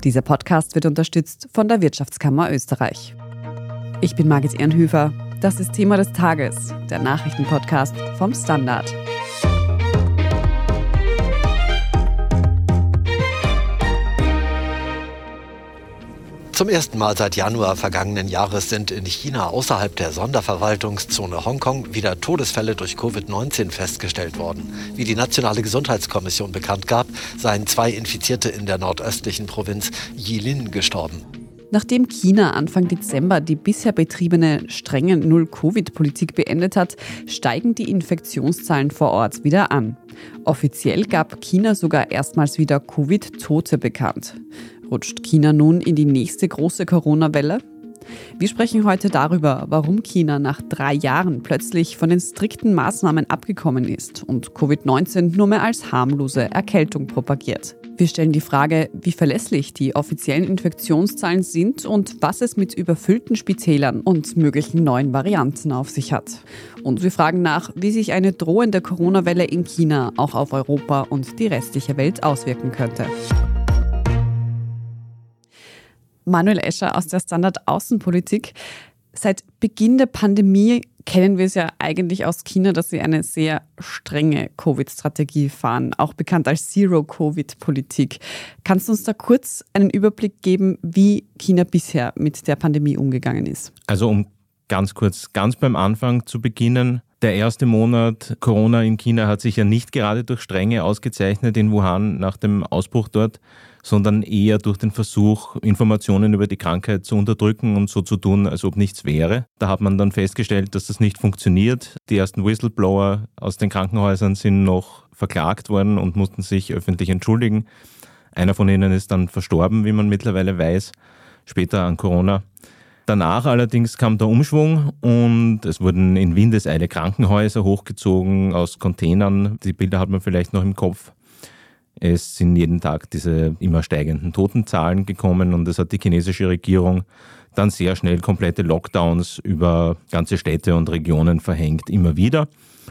Dieser Podcast wird unterstützt von der Wirtschaftskammer Österreich. Ich bin Margit Ehrenhöfer. Das ist Thema des Tages, der Nachrichtenpodcast vom Standard. Zum ersten Mal seit Januar vergangenen Jahres sind in China außerhalb der Sonderverwaltungszone Hongkong wieder Todesfälle durch Covid-19 festgestellt worden. Wie die Nationale Gesundheitskommission bekannt gab, seien 2 Infizierte in der nordöstlichen Provinz Jilin gestorben. Nachdem China Anfang Dezember die bisher betriebene strenge Null-Covid-Politik beendet hat, steigen die Infektionszahlen vor Ort wieder an. Offiziell gab China sogar erstmals wieder Covid-Tote bekannt. Rutscht China nun in die nächste große Corona-Welle? Wir sprechen heute darüber, warum China nach 3 Jahren plötzlich von den strikten Maßnahmen abgekommen ist und Covid-19 nur mehr als harmlose Erkältung propagiert. Wir stellen die Frage, wie verlässlich die offiziellen Infektionszahlen sind und was es mit überfüllten Spitälern und möglichen neuen Varianten auf sich hat. Und wir fragen nach, wie sich eine drohende Corona-Welle in China auch auf Europa und die restliche Welt auswirken könnte. Manuel Escher aus der Standard Außenpolitik. Seit Beginn der Pandemie kennen wir es ja eigentlich aus China, dass sie eine sehr strenge Covid-Strategie fahren, auch bekannt als Zero-Covid-Politik. Kannst du uns da kurz einen Überblick geben, wie China bisher mit der Pandemie umgegangen ist? Also um ganz beim Anfang zu beginnen. Der erste Monat Corona in China hat sich ja nicht gerade durch Strenge ausgezeichnet in Wuhan nach dem Ausbruch dort, sondern eher durch den Versuch, Informationen über die Krankheit zu unterdrücken und so zu tun, als ob nichts wäre. Da hat man dann festgestellt, dass das nicht funktioniert. Die ersten Whistleblower aus den Krankenhäusern sind noch verklagt worden und mussten sich öffentlich entschuldigen. Einer von ihnen ist dann verstorben, wie man mittlerweile weiß, später an Corona. Danach allerdings kam der Umschwung und es wurden in Windeseile Krankenhäuser hochgezogen aus Containern. Die Bilder hat man vielleicht noch im Kopf. Es sind jeden Tag diese immer steigenden Totenzahlen gekommen und es hat die chinesische Regierung dann sehr schnell komplette Lockdowns über ganze Städte und Regionen verhängt, immer wieder.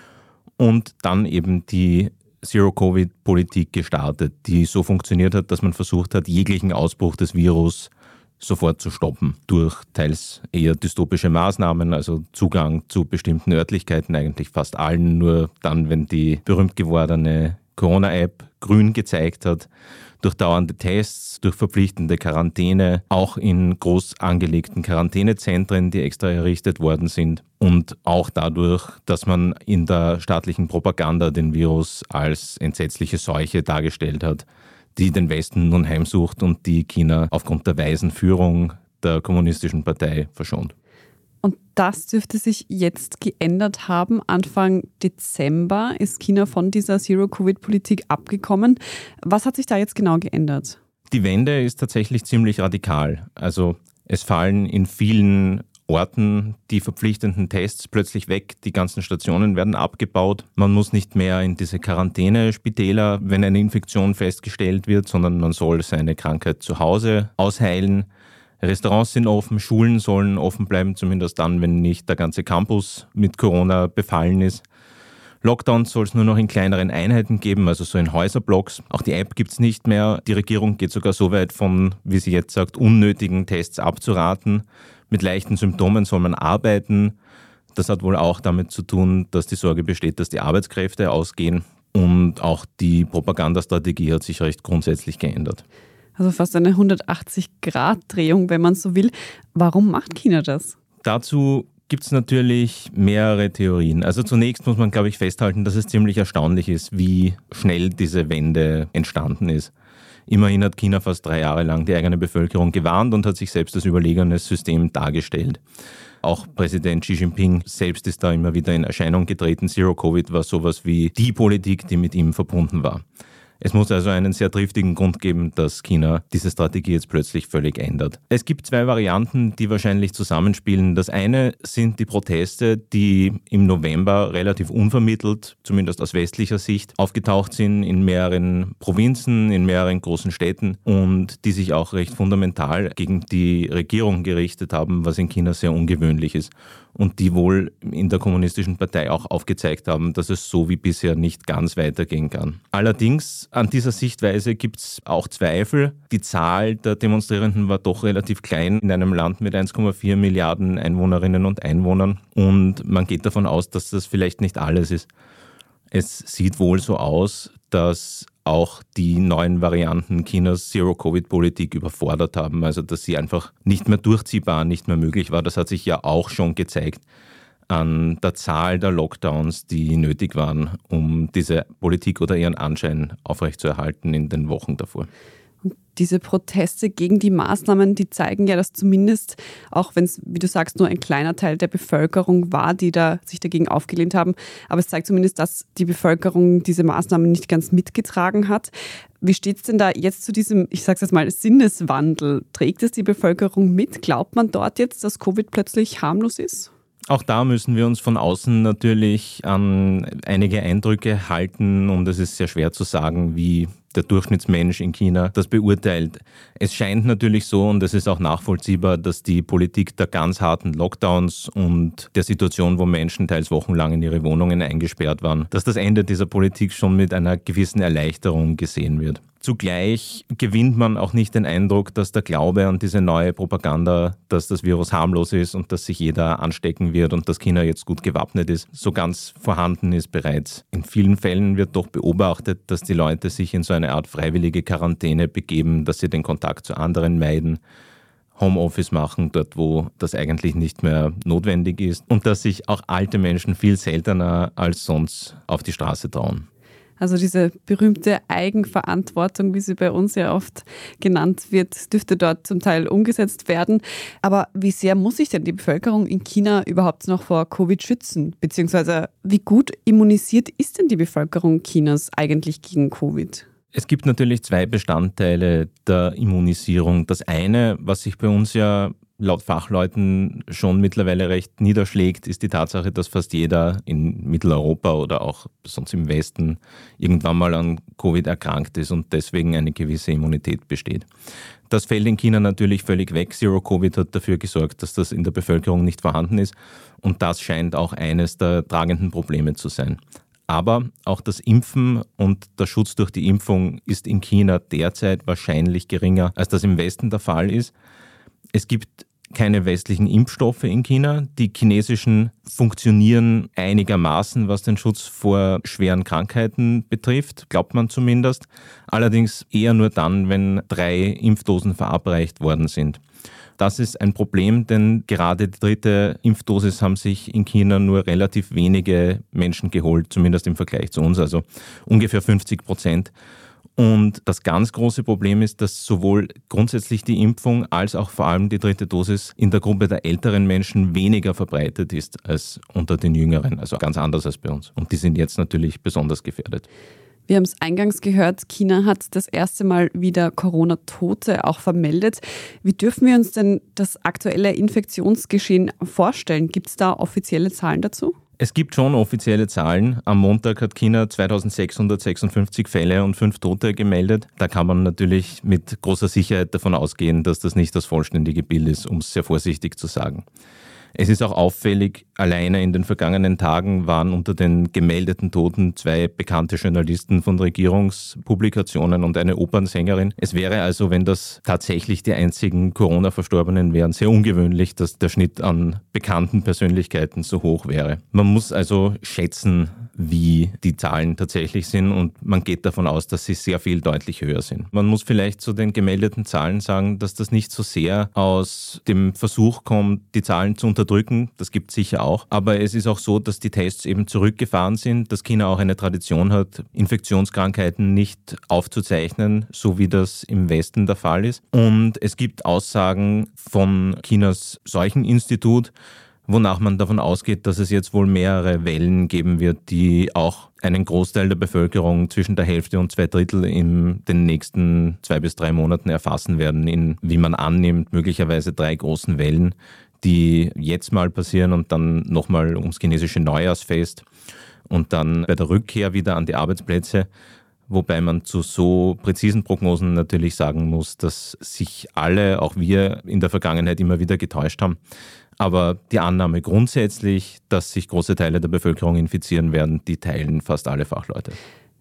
Und dann eben die Zero-Covid-Politik gestartet, die so funktioniert hat, dass man versucht hat, jeglichen Ausbruch des Virus sofort zu stoppen. Durch teils eher dystopische Maßnahmen, also Zugang zu bestimmten Örtlichkeiten, eigentlich fast allen, nur dann, wenn die berühmt gewordene Corona-App grün gezeigt hat, durch dauernde Tests, durch verpflichtende Quarantäne, auch in groß angelegten Quarantänezentren, die extra errichtet worden sind und auch dadurch, dass man in der staatlichen Propaganda den Virus als entsetzliche Seuche dargestellt hat, die den Westen nun heimsucht und die China aufgrund der weisen Führung der kommunistischen Partei verschont. Und das dürfte sich jetzt geändert haben. Anfang Dezember ist China von dieser Zero-Covid-Politik abgekommen. Was hat sich da jetzt genau geändert? Die Wende ist tatsächlich ziemlich radikal. Also es fallen in vielen Orten die verpflichtenden Tests plötzlich weg. Die ganzen Stationen werden abgebaut. Man muss nicht mehr in diese Quarantänespitäler, wenn eine Infektion festgestellt wird, sondern man soll seine Krankheit zu Hause ausheilen. Restaurants sind offen, Schulen sollen offen bleiben, zumindest dann, wenn nicht der ganze Campus mit Corona befallen ist. Lockdowns soll es nur noch in kleineren Einheiten geben, also so in Häuserblocks. Auch die App gibt es nicht mehr. Die Regierung geht sogar so weit von, wie sie jetzt sagt, unnötigen Tests abzuraten. Mit leichten Symptomen soll man arbeiten. Das hat wohl auch damit zu tun, dass die Sorge besteht, dass die Arbeitskräfte ausgehen. Und auch die Propagandastrategie hat sich recht grundsätzlich geändert. Also fast eine 180-Grad-Drehung, wenn man so will. Warum macht China das? Dazu gibt es natürlich mehrere Theorien. Also zunächst muss man, glaube ich, festhalten, dass es ziemlich erstaunlich ist, wie schnell diese Wende entstanden ist. Immerhin hat China fast 3 Jahre lang die eigene Bevölkerung gewarnt und hat sich selbst als überlegenes System dargestellt. Auch Präsident Xi Jinping selbst ist da immer wieder in Erscheinung getreten. Zero-Covid war sowas wie die Politik, die mit ihm verbunden war. Es muss also einen sehr triftigen Grund geben, dass China diese Strategie jetzt plötzlich völlig ändert. Es gibt 2 Varianten, die wahrscheinlich zusammenspielen. Das eine sind die Proteste, die im November relativ unvermittelt, zumindest aus westlicher Sicht, aufgetaucht sind in mehreren Provinzen, in mehreren großen Städten und die sich auch recht fundamental gegen die Regierung gerichtet haben, was in China sehr ungewöhnlich ist. Und die wohl in der kommunistischen Partei auch aufgezeigt haben, dass es so wie bisher nicht ganz weitergehen kann. Allerdings an dieser Sichtweise gibt es auch Zweifel. Die Zahl der Demonstrierenden war doch relativ klein in einem Land mit 1,4 Milliarden Einwohnerinnen und Einwohnern. Und man geht davon aus, dass das vielleicht nicht alles ist. Es sieht wohl so aus, dass auch die neuen Varianten Chinas Zero-Covid-Politik überfordert haben. Also dass sie einfach nicht mehr durchziehbar, nicht mehr möglich war. Das hat sich ja auch schon gezeigt an der Zahl der Lockdowns, die nötig waren, um diese Politik oder ihren Anschein aufrechtzuerhalten in den Wochen davor. Und diese Proteste gegen die Maßnahmen, die zeigen ja, dass zumindest, auch wenn es, wie du sagst, nur ein kleiner Teil der Bevölkerung war, die da sich dagegen aufgelehnt haben, aber es zeigt zumindest, dass die Bevölkerung diese Maßnahmen nicht ganz mitgetragen hat. Wie steht es denn da jetzt zu diesem, ich sage es jetzt mal, Sinneswandel? Trägt es die Bevölkerung mit? Glaubt man dort jetzt, dass Covid plötzlich harmlos ist? Auch da müssen wir uns von außen natürlich an einige Eindrücke halten und es ist sehr schwer zu sagen, wie der Durchschnittsmensch in China das beurteilt. Es scheint natürlich so und es ist auch nachvollziehbar, dass die Politik der ganz harten Lockdowns und der Situation, wo Menschen teils wochenlang in ihre Wohnungen eingesperrt waren, dass das Ende dieser Politik schon mit einer gewissen Erleichterung gesehen wird. Zugleich gewinnt man auch nicht den Eindruck, dass der Glaube an diese neue Propaganda, dass das Virus harmlos ist und dass sich jeder anstecken wird und dass China jetzt gut gewappnet ist, so ganz vorhanden ist bereits. In vielen Fällen wird doch beobachtet, dass die Leute sich in so eine Art freiwillige Quarantäne begeben, dass sie den Kontakt zu anderen meiden, Homeoffice machen, dort wo das eigentlich nicht mehr notwendig ist und dass sich auch alte Menschen viel seltener als sonst auf die Straße trauen. Also diese berühmte Eigenverantwortung, wie sie bei uns ja oft genannt wird, dürfte dort zum Teil umgesetzt werden. Aber wie sehr muss sich denn die Bevölkerung in China überhaupt noch vor Covid schützen? Beziehungsweise wie gut immunisiert ist denn die Bevölkerung Chinas eigentlich gegen Covid? Es gibt natürlich zwei Bestandteile der Immunisierung. Das eine, was sich bei uns ja laut Fachleuten schon mittlerweile recht niederschlägt, ist die Tatsache, dass fast jeder in Mitteleuropa oder auch sonst im Westen irgendwann mal an Covid erkrankt ist und deswegen eine gewisse Immunität besteht. Das fällt in China natürlich völlig weg. Zero-Covid hat dafür gesorgt, dass das in der Bevölkerung nicht vorhanden ist und das scheint auch eines der tragenden Probleme zu sein. Aber auch das Impfen und der Schutz durch die Impfung ist in China derzeit wahrscheinlich geringer, als das im Westen der Fall ist. Es gibt keine westlichen Impfstoffe in China. Die chinesischen funktionieren einigermaßen, was den Schutz vor schweren Krankheiten betrifft, glaubt man zumindest. Allerdings eher nur dann, wenn 3 Impfdosen verabreicht worden sind. Das ist ein Problem, denn gerade die 3. Impfdosis haben sich in China nur relativ wenige Menschen geholt, zumindest im Vergleich zu uns, also ungefähr 50%. Und das ganz große Problem ist, dass sowohl grundsätzlich die Impfung als auch vor allem die 3. Dosis in der Gruppe der älteren Menschen weniger verbreitet ist als unter den Jüngeren, also ganz anders als bei uns. Und die sind jetzt natürlich besonders gefährdet. Wir haben es eingangs gehört, China hat das erste Mal wieder Corona-Tote auch vermeldet. Wie dürfen wir uns denn das aktuelle Infektionsgeschehen vorstellen? Gibt es da offizielle Zahlen dazu? Es gibt schon offizielle Zahlen. Am Montag hat China 2656 Fälle und 5 Tote gemeldet. Da kann man natürlich mit großer Sicherheit davon ausgehen, dass das nicht das vollständige Bild ist, um es sehr vorsichtig zu sagen. Es ist auch auffällig, alleine in den vergangenen Tagen waren unter den gemeldeten Toten 2 bekannte Journalisten von Regierungspublikationen und eine Opernsängerin. Es wäre also, wenn das tatsächlich die einzigen Corona-Verstorbenen wären, sehr ungewöhnlich, dass der Schnitt an bekannten Persönlichkeiten so hoch wäre. Man muss also schätzen, wie die Zahlen tatsächlich sind und man geht davon aus, dass sie sehr viel deutlich höher sind. Man muss vielleicht zu den gemeldeten Zahlen sagen, dass das nicht so sehr aus dem Versuch kommt, die Zahlen zu unterdrücken, das gibt es sicher auch, aber es ist auch so, dass die Tests eben zurückgefahren sind, dass China auch eine Tradition hat, Infektionskrankheiten nicht aufzuzeichnen, so wie das im Westen der Fall ist. Und es gibt Aussagen von Chinas Seucheninstitut, wonach man davon ausgeht, dass es jetzt wohl mehrere Wellen geben wird, die auch einen Großteil der Bevölkerung zwischen der Hälfte und 2/3 in den nächsten 2 bis 3 Monaten erfassen werden, in, wie man annimmt, möglicherweise 3 großen Wellen, die jetzt mal passieren und dann nochmal ums chinesische Neujahrsfest und dann bei der Rückkehr wieder an die Arbeitsplätze. Wobei man zu so präzisen Prognosen natürlich sagen muss, dass sich alle, auch wir, in der Vergangenheit immer wieder getäuscht haben. Aber die Annahme grundsätzlich, dass sich große Teile der Bevölkerung infizieren werden, die teilen fast alle Fachleute.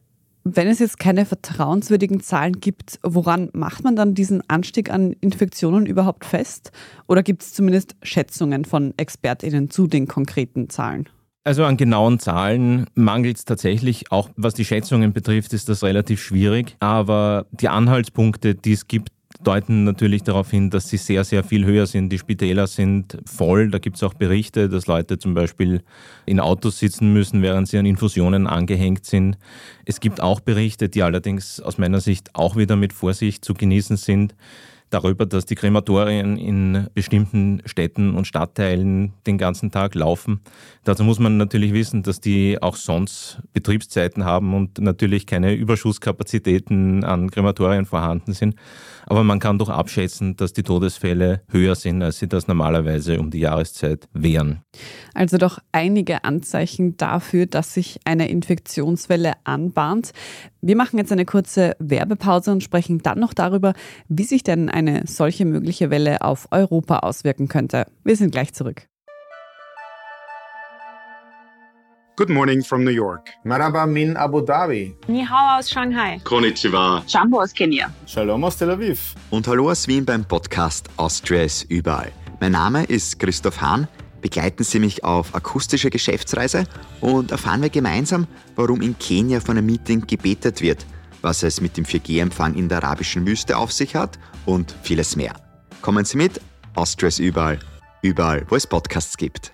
Wenn es jetzt keine vertrauenswürdigen Zahlen gibt, woran macht man dann diesen Anstieg an Infektionen überhaupt fest? Oder gibt es zumindest Schätzungen von ExpertInnen zu den konkreten Zahlen? Also an genauen Zahlen mangelt es tatsächlich. Auch was die Schätzungen betrifft, ist das relativ schwierig. Aber die Anhaltspunkte, die es gibt, deuten natürlich darauf hin, dass sie sehr, sehr viel höher sind. Die Spitäler sind voll. Da gibt es auch Berichte, dass Leute zum Beispiel in Autos sitzen müssen, während sie an Infusionen angehängt sind. Es gibt auch Berichte, die allerdings aus meiner Sicht auch wieder mit Vorsicht zu genießen sind, darüber, dass die Krematorien in bestimmten Städten und Stadtteilen den ganzen Tag laufen. Dazu muss man natürlich wissen, dass die auch sonst Betriebszeiten haben und natürlich keine Überschusskapazitäten an Krematorien vorhanden sind. Aber man kann doch abschätzen, dass die Todesfälle höher sind, als sie das normalerweise um die Jahreszeit wären. Also doch einige Anzeichen dafür, dass sich eine Infektionswelle anbahnt. Wir machen jetzt eine kurze Werbepause und sprechen dann noch darüber, wie sich denn eine solche mögliche Welle auf Europa auswirken könnte. Wir sind gleich zurück. Good morning from New York. Marhaba min Abu Dhabi. Ni hao aus Shanghai. Konnichiwa. Jambo aus Kenia. Shalom aus Tel Aviv. Und hallo aus Wien beim Podcast Austria ist überall. Mein Name ist Christoph Hahn. Begleiten Sie mich auf akustische Geschäftsreise und erfahren wir gemeinsam, warum in Kenia von einem Meeting gebetet wird, was es mit dem 4G-Empfang in der arabischen Wüste auf sich hat und vieles mehr. Kommen Sie mit, Austria ist überall, überall, wo es Podcasts gibt.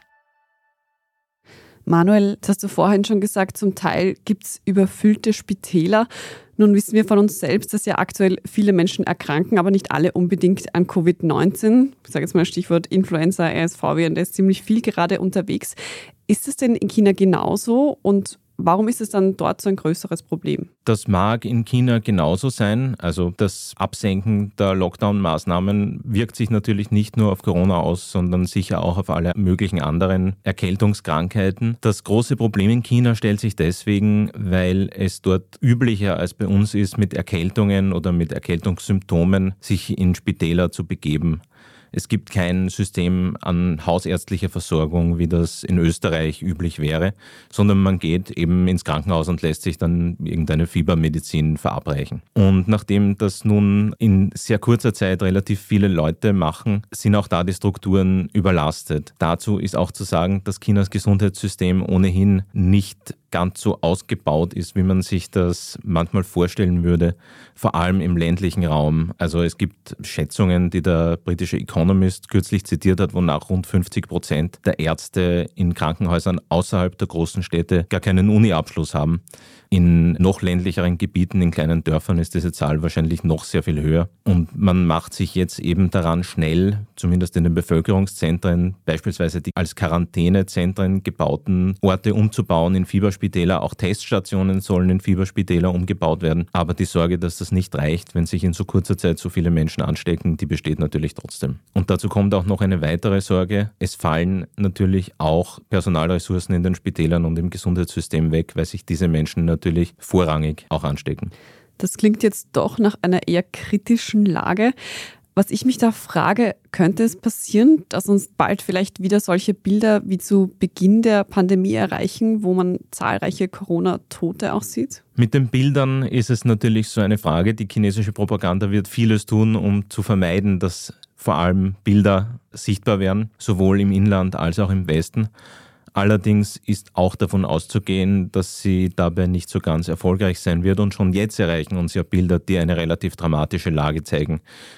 Manuel, das hast du vorhin schon gesagt, zum Teil gibt es überfüllte Spitäler. Nun wissen wir von uns selbst, dass ja aktuell viele Menschen erkranken, aber nicht alle unbedingt an Covid-19. Ich sage jetzt mal Stichwort Influenza, RSV-Viren, da ist ziemlich viel gerade unterwegs. Ist es denn in China genauso und warum ist es dann dort so ein größeres Problem? Das mag in China genauso sein. Also das Absenken der Lockdown-Maßnahmen wirkt sich natürlich nicht nur auf Corona aus, sondern sicher auch auf alle möglichen anderen Erkältungskrankheiten. Das große Problem in China stellt sich deswegen, weil es dort üblicher als bei uns ist, mit Erkältungen oder mit Erkältungssymptomen sich in Spitäler zu begeben. Es gibt kein System an hausärztlicher Versorgung, wie das in Österreich üblich wäre, sondern man geht eben ins Krankenhaus und lässt sich dann irgendeine Fiebermedizin verabreichen. Und nachdem das nun in sehr kurzer Zeit relativ viele Leute machen, sind auch da die Strukturen überlastet. Dazu ist auch zu sagen, dass Chinas Gesundheitssystem ohnehin nicht ganz so ausgebaut ist, wie man sich das manchmal vorstellen würde, vor allem im ländlichen Raum. Also es gibt Schätzungen, die der britische Economist kürzlich zitiert hat, wonach rund 50% der Ärzte in Krankenhäusern außerhalb der großen Städte gar keinen Uni-Abschluss haben. In noch ländlicheren Gebieten, in kleinen Dörfern ist diese Zahl wahrscheinlich noch sehr viel höher. Und man macht sich jetzt eben daran schnell, zumindest in den Bevölkerungszentren, beispielsweise die als Quarantänezentren gebauten Orte umzubauen in Fieberspitäler. Auch Teststationen sollen in Fieberspitäler umgebaut werden. Aber die Sorge, dass das nicht reicht, wenn sich in so kurzer Zeit so viele Menschen anstecken, die besteht natürlich trotzdem. Und dazu kommt auch noch eine weitere Sorge. Es fallen natürlich auch Personalressourcen in den Spitälern und im Gesundheitssystem weg, weil sich diese Menschen natürlich vorrangig auch anstecken. Das klingt jetzt doch nach einer eher kritischen Lage. Was ich mich da frage, könnte es passieren, dass uns bald vielleicht wieder solche Bilder wie zu Beginn der Pandemie erreichen, wo man zahlreiche Corona-Tote auch sieht? Mit den Bildern ist es natürlich so eine Frage. Die chinesische Propaganda wird vieles tun, um zu vermeiden, dass vor allem Bilder sichtbar werden, sowohl im Inland als auch im Westen. Allerdings ist auch davon auszugehen, dass sie dabei nicht so ganz erfolgreich sein wird. Und schon jetzt erreichen uns ja Bilder, die eine relativ dramatische Lage zeigen,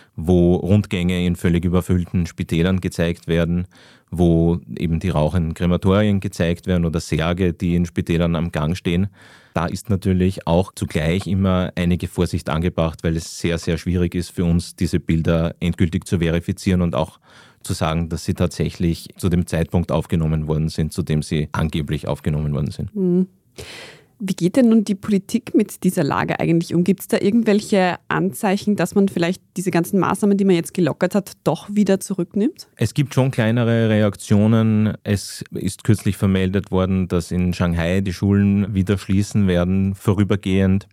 wo Rundgänge in völlig überfüllten Spitälern gezeigt werden, wo eben die rauchenden Krematorien gezeigt werden oder Särge, die in Spitälern am Gang stehen. Da ist natürlich auch zugleich immer einige Vorsicht angebracht, weil es sehr, sehr schwierig ist für uns, diese Bilder endgültig zu verifizieren und auch zu sagen, dass sie tatsächlich zu dem Zeitpunkt aufgenommen worden sind, zu dem sie angeblich aufgenommen worden sind. Wie geht denn nun die Politik mit dieser Lage eigentlich um? Gibt es da irgendwelche Anzeichen, dass man vielleicht diese ganzen Maßnahmen, die man jetzt gelockert hat, doch wieder zurücknimmt? Es gibt schon kleinere Reaktionen. Es ist kürzlich vermeldet worden, dass in Shanghai die Schulen wieder schließen werden, vorübergehend.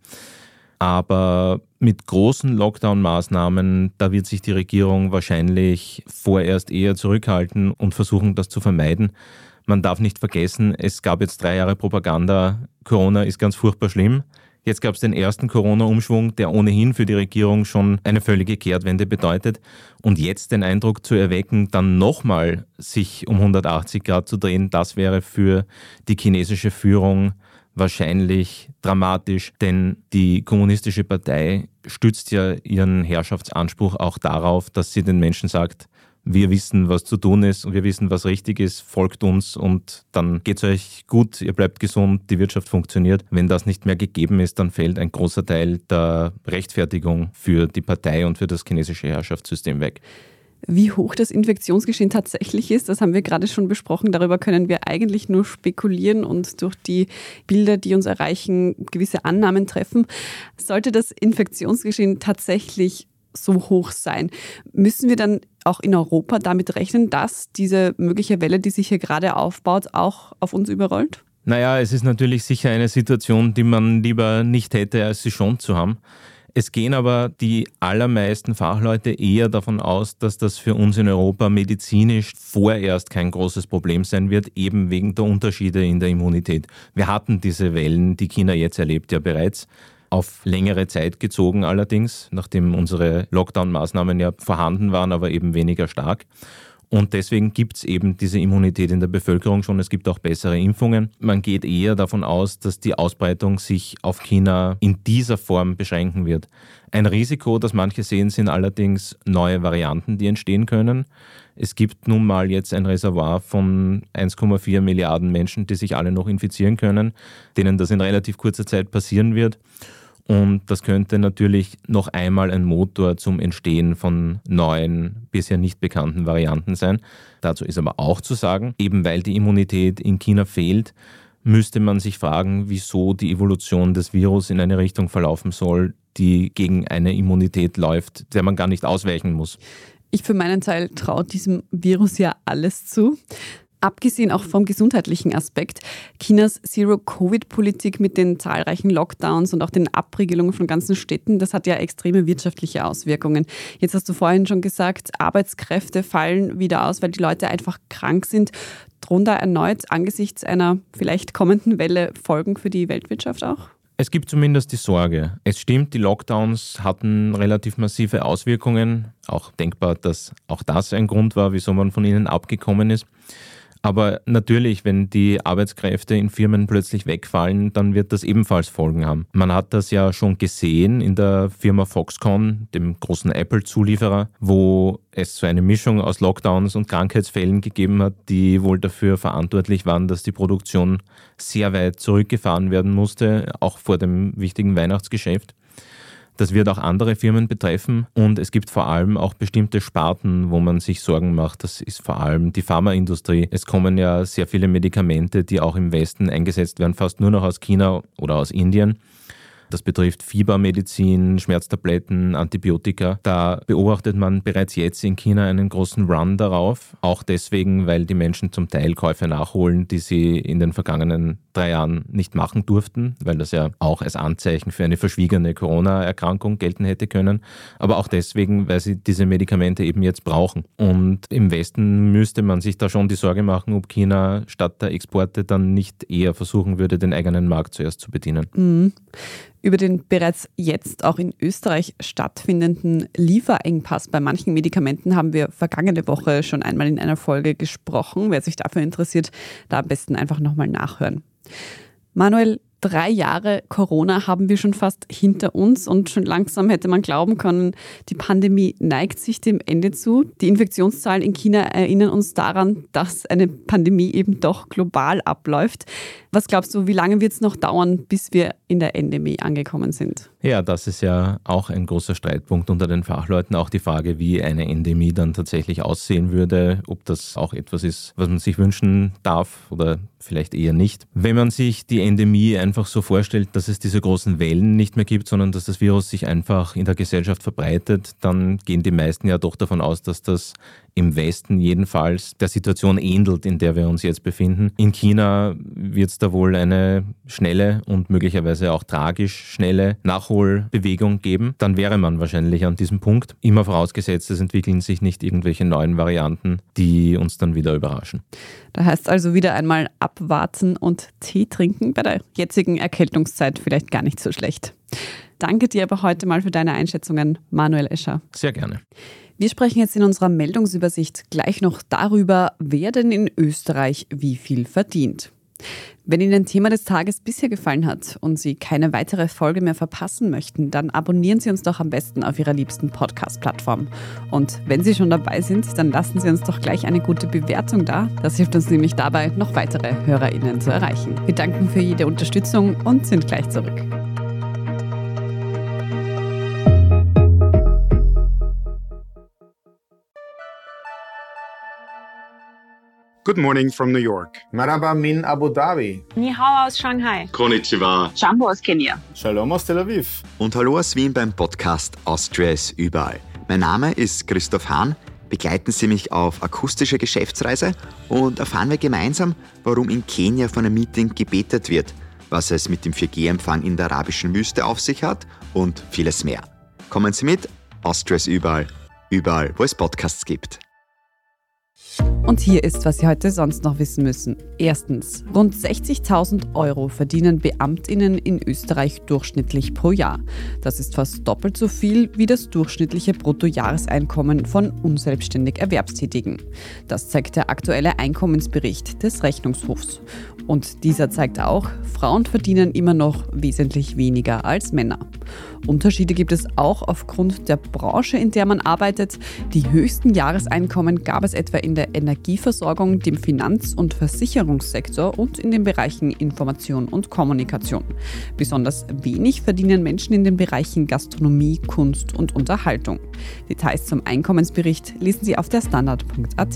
Aber mit großen Lockdown-Maßnahmen, da wird sich die Regierung wahrscheinlich vorerst eher zurückhalten und versuchen, das zu vermeiden. Man darf nicht vergessen, es gab jetzt 3 Jahre Propaganda. Corona ist ganz furchtbar schlimm. Jetzt gab es den ersten Corona-Umschwung, der ohnehin für die Regierung schon eine völlige Kehrtwende bedeutet. Und jetzt den Eindruck zu erwecken, dann nochmal sich um 180 Grad zu drehen, das wäre für die chinesische Führung wahrscheinlich dramatisch, denn die Kommunistische Partei stützt ja ihren Herrschaftsanspruch auch darauf, dass sie den Menschen sagt, wir wissen, was zu tun ist und wir wissen, was richtig ist, folgt uns und dann geht's euch gut, ihr bleibt gesund, die Wirtschaft funktioniert. Wenn das nicht mehr gegeben ist, dann fällt ein großer Teil der Rechtfertigung für die Partei und für das chinesische Herrschaftssystem weg. Wie hoch das Infektionsgeschehen tatsächlich ist, das haben wir gerade schon besprochen. Darüber können wir eigentlich nur spekulieren und durch die Bilder, die uns erreichen, gewisse Annahmen treffen. Sollte das Infektionsgeschehen tatsächlich so hoch sein, müssen wir dann auch in Europa damit rechnen, dass diese mögliche Welle, die sich hier gerade aufbaut, auch auf uns überrollt? Naja, es ist natürlich sicher eine Situation, die man lieber nicht hätte, als sie schon zu haben. Es gehen aber die allermeisten Fachleute eher davon aus, dass das für uns in Europa medizinisch vorerst kein großes Problem sein wird, eben wegen der Unterschiede in der Immunität. Wir hatten diese Wellen, die China jetzt erlebt, ja bereits. Auf längere Zeit gezogen allerdings, nachdem unsere Lockdown-Maßnahmen ja vorhanden waren, aber eben weniger stark. Und deswegen gibt es eben diese Immunität in der Bevölkerung schon. Es gibt auch bessere Impfungen. Man geht eher davon aus, dass die Ausbreitung sich auf China in dieser Form beschränken wird. Ein Risiko, das manche sehen, sind allerdings neue Varianten, die entstehen können. Es gibt nun mal jetzt ein Reservoir von 1,4 Milliarden Menschen, die sich alle noch infizieren können, denen das in relativ kurzer Zeit passieren wird. Und das könnte natürlich noch einmal ein Motor zum Entstehen von neuen, bisher nicht bekannten Varianten sein. Dazu ist aber auch zu sagen, eben weil die Immunität in China fehlt, müsste man sich fragen, wieso die Evolution des Virus in eine Richtung verlaufen soll, die gegen eine Immunität läuft, der man gar nicht ausweichen muss. Ich für meinen Teil traue diesem Virus ja alles zu. Abgesehen auch vom gesundheitlichen Aspekt, Chinas Zero-Covid-Politik mit den zahlreichen Lockdowns und auch den Abriegelungen von ganzen Städten, das hat ja extreme wirtschaftliche Auswirkungen. Jetzt hast du vorhin schon gesagt, Arbeitskräfte fallen wieder aus, weil die Leute einfach krank sind. Drohen da erneut angesichts einer vielleicht kommenden Welle Folgen für die Weltwirtschaft auch? Es gibt zumindest die Sorge. Es stimmt, die Lockdowns hatten relativ massive Auswirkungen. Auch denkbar, dass auch das ein Grund war, wieso man von ihnen abgekommen ist. Aber natürlich, wenn die Arbeitskräfte in Firmen plötzlich wegfallen, dann wird das ebenfalls Folgen haben. Man hat das ja schon gesehen in der Firma Foxconn, dem großen Apple-Zulieferer, wo es so eine Mischung aus Lockdowns und Krankheitsfällen gegeben hat, die wohl dafür verantwortlich waren, dass die Produktion sehr weit zurückgefahren werden musste, auch vor dem wichtigen Weihnachtsgeschäft. Das wird auch andere Firmen betreffen und es gibt vor allem auch bestimmte Sparten, wo man sich Sorgen macht. Das ist vor allem die Pharmaindustrie. Es kommen ja sehr viele Medikamente, die auch im Westen eingesetzt werden, fast nur noch aus China oder aus Indien. Das betrifft Fiebermedizin, Schmerztabletten, Antibiotika. Da beobachtet man bereits jetzt in China einen großen Run darauf. Auch deswegen, weil die Menschen zum Teil Käufe nachholen, die sie in den vergangenen 3 Jahren nicht machen durften, weil das ja auch als Anzeichen für eine verschwiegene Corona-Erkrankung gelten hätte können. Aber auch deswegen, weil sie diese Medikamente eben jetzt brauchen. Und im Westen müsste man sich da schon die Sorge machen, ob China statt der Exporte dann nicht eher versuchen würde, den eigenen Markt zuerst zu bedienen. Mhm. Über den bereits jetzt auch in Österreich stattfindenden Lieferengpass bei manchen Medikamenten haben wir vergangene Woche schon einmal in einer Folge gesprochen. Wer sich dafür interessiert, da am besten einfach nochmal nachhören. Manuel, 3 Jahre Corona haben wir schon fast hinter uns und schon langsam hätte man glauben können, die Pandemie neigt sich dem Ende zu. Die Infektionszahlen in China erinnern uns daran, dass eine Pandemie eben doch global abläuft. Was glaubst du, wie lange wird es noch dauern, bis wir in der Endemie angekommen sind? Ja, das ist ja auch ein großer Streitpunkt unter den Fachleuten. Auch die Frage, wie eine Endemie dann tatsächlich aussehen würde, ob das auch etwas ist, was man sich wünschen darf oder vielleicht eher nicht. Wenn man sich die Endemie einfach so vorstellt, dass es diese großen Wellen nicht mehr gibt, sondern dass das Virus sich einfach in der Gesellschaft verbreitet, dann gehen die meisten ja doch davon aus, dass das im Westen jedenfalls der Situation ähnelt, in der wir uns jetzt befinden. In China wird es da wohl eine schnelle und möglicherweise auch tragisch schnelle Nachholbewegung geben. Dann wäre man wahrscheinlich an diesem Punkt. Immer vorausgesetzt, es entwickeln sich nicht irgendwelche neuen Varianten, die uns dann wieder überraschen. Da heißt also wieder einmal abwarten und Tee trinken. Bei der jetzigen Erkältungszeit vielleicht gar nicht so schlecht. Danke dir aber heute mal für deine Einschätzungen, Manuel Escher. Sehr gerne. Wir sprechen jetzt in unserer Meldungsübersicht gleich noch darüber, wer denn in Österreich wie viel verdient. Wenn Ihnen Thema des Tages bisher gefallen hat und Sie keine weitere Folge mehr verpassen möchten, dann abonnieren Sie uns doch am besten auf Ihrer liebsten Podcast-Plattform. Und wenn Sie schon dabei sind, dann lassen Sie uns doch gleich eine gute Bewertung da. Das hilft uns nämlich dabei, noch weitere HörerInnen zu erreichen. Wir danken für jede Unterstützung und sind gleich zurück. Good morning from New York. Marhaba min Abu Dhabi. Ni hao aus Shanghai. Konnichiwa. Jambo aus Kenia. Shalom aus Tel Aviv. Und hallo aus Wien beim Podcast Austria ist überall. Mein Name ist Christoph Hahn. Begleiten Sie mich auf akustischer Geschäftsreise und erfahren wir gemeinsam, warum in Kenia von einem Meeting gebetet wird, was es mit dem 4G-Empfang in der arabischen Wüste auf sich hat und vieles mehr. Kommen Sie mit, Austria ist überall, überall, wo es Podcasts gibt. Und hier ist, was Sie heute sonst noch wissen müssen. Erstens, rund 60.000 € verdienen BeamtInnen in Österreich durchschnittlich pro Jahr. Das ist fast doppelt so viel wie das durchschnittliche Bruttojahreseinkommen von unselbstständig Erwerbstätigen. Das zeigt der aktuelle Einkommensbericht des Rechnungshofs. Und dieser zeigt auch, Frauen verdienen immer noch wesentlich weniger als Männer. Unterschiede gibt es auch aufgrund der Branche, in der man arbeitet. Die höchsten Jahreseinkommen gab es etwa in der Energieversorgung, dem Finanz- und Versicherungssektor und in den Bereichen Information und Kommunikation. Besonders wenig verdienen Menschen in den Bereichen Gastronomie, Kunst und Unterhaltung. Details zum Einkommensbericht lesen Sie auf der Standard.at.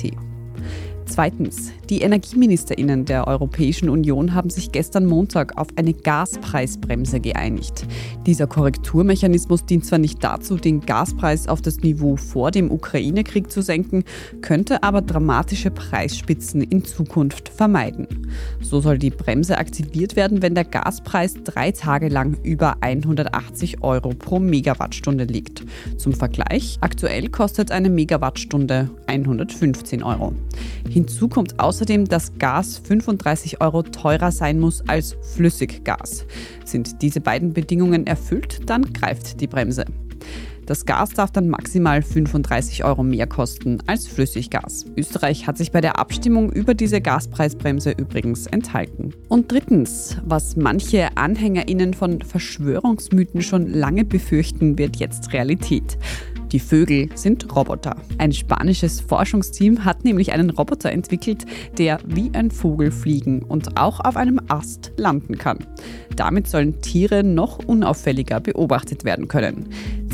Zweitens, die EnergieministerInnen der Europäischen Union haben sich gestern Montag auf eine Gaspreisbremse geeinigt. Dieser Korrekturmechanismus dient zwar nicht dazu, den Gaspreis auf das Niveau vor dem Ukraine-Krieg zu senken, könnte aber dramatische Preisspitzen in Zukunft vermeiden. So soll die Bremse aktiviert werden, wenn der Gaspreis 3 Tage lang über 180 € pro Megawattstunde liegt. Zum Vergleich, aktuell kostet eine Megawattstunde 115 €. Hinzu kommt außerdem, dass Gas 35 € teurer sein muss als Flüssiggas. Sind diese beiden Bedingungen erfüllt, dann greift die Bremse. Das Gas darf dann maximal 35 € mehr kosten als Flüssiggas. Österreich hat sich bei der Abstimmung über diese Gaspreisbremse übrigens enthalten. Und drittens, was manche AnhängerInnen von Verschwörungsmythen schon lange befürchten, wird jetzt Realität. Die Vögel sind Roboter. Ein spanisches Forschungsteam hat nämlich einen Roboter entwickelt, der wie ein Vogel fliegen und auch auf einem Ast landen kann. Damit sollen Tiere noch unauffälliger beobachtet werden können.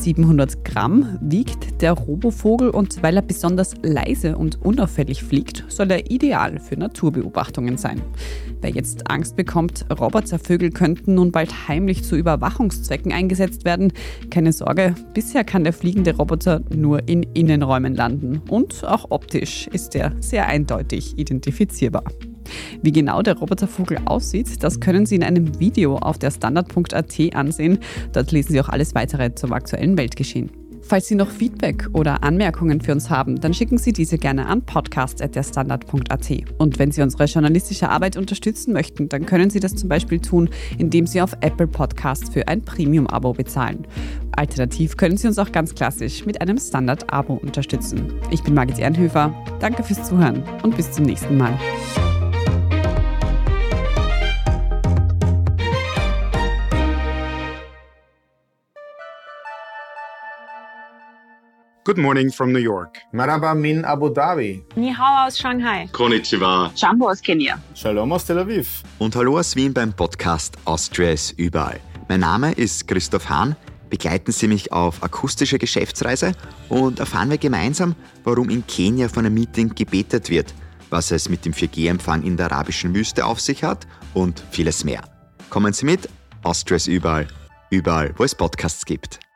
700 Gramm wiegt der Robovogel und weil er besonders leise und unauffällig fliegt, soll er ideal für Naturbeobachtungen sein. Wer jetzt Angst bekommt, Robotervögel könnten nun bald heimlich zu Überwachungszwecken eingesetzt werden, keine Sorge, bisher kann der fliegende Roboter nur in Innenräumen landen und auch optisch ist er sehr eindeutig identifizierbar. Wie genau der Robotervogel aussieht, das können Sie in einem Video auf der Standard.at ansehen. Dort lesen Sie auch alles weitere zum aktuellen Weltgeschehen. Falls Sie noch Feedback oder Anmerkungen für uns haben, dann schicken Sie diese gerne an podcast@derstandard.at. Und wenn Sie unsere journalistische Arbeit unterstützen möchten, dann können Sie das zum Beispiel tun, indem Sie auf Apple Podcasts für ein Premium-Abo bezahlen. Alternativ können Sie uns auch ganz klassisch mit einem Standard-Abo unterstützen. Ich bin Margit Ehrenhöfer, danke fürs Zuhören und bis zum nächsten Mal. Good morning from New York. Marhaba min Abu Dhabi. Ni hao aus Shanghai. Konnichiwa. Jambo aus Kenia. Shalom aus Tel Aviv. Und hallo aus Wien beim Podcast Austria ist überall. Mein Name ist Christoph Hahn. Begleiten Sie mich auf akustischer Geschäftsreise und erfahren wir gemeinsam, warum in Kenia von einem Meeting gebetet wird, was es mit dem 4G-Empfang in der arabischen Wüste auf sich hat und vieles mehr. Kommen Sie mit, Austria ist überall, überall, wo es Podcasts gibt.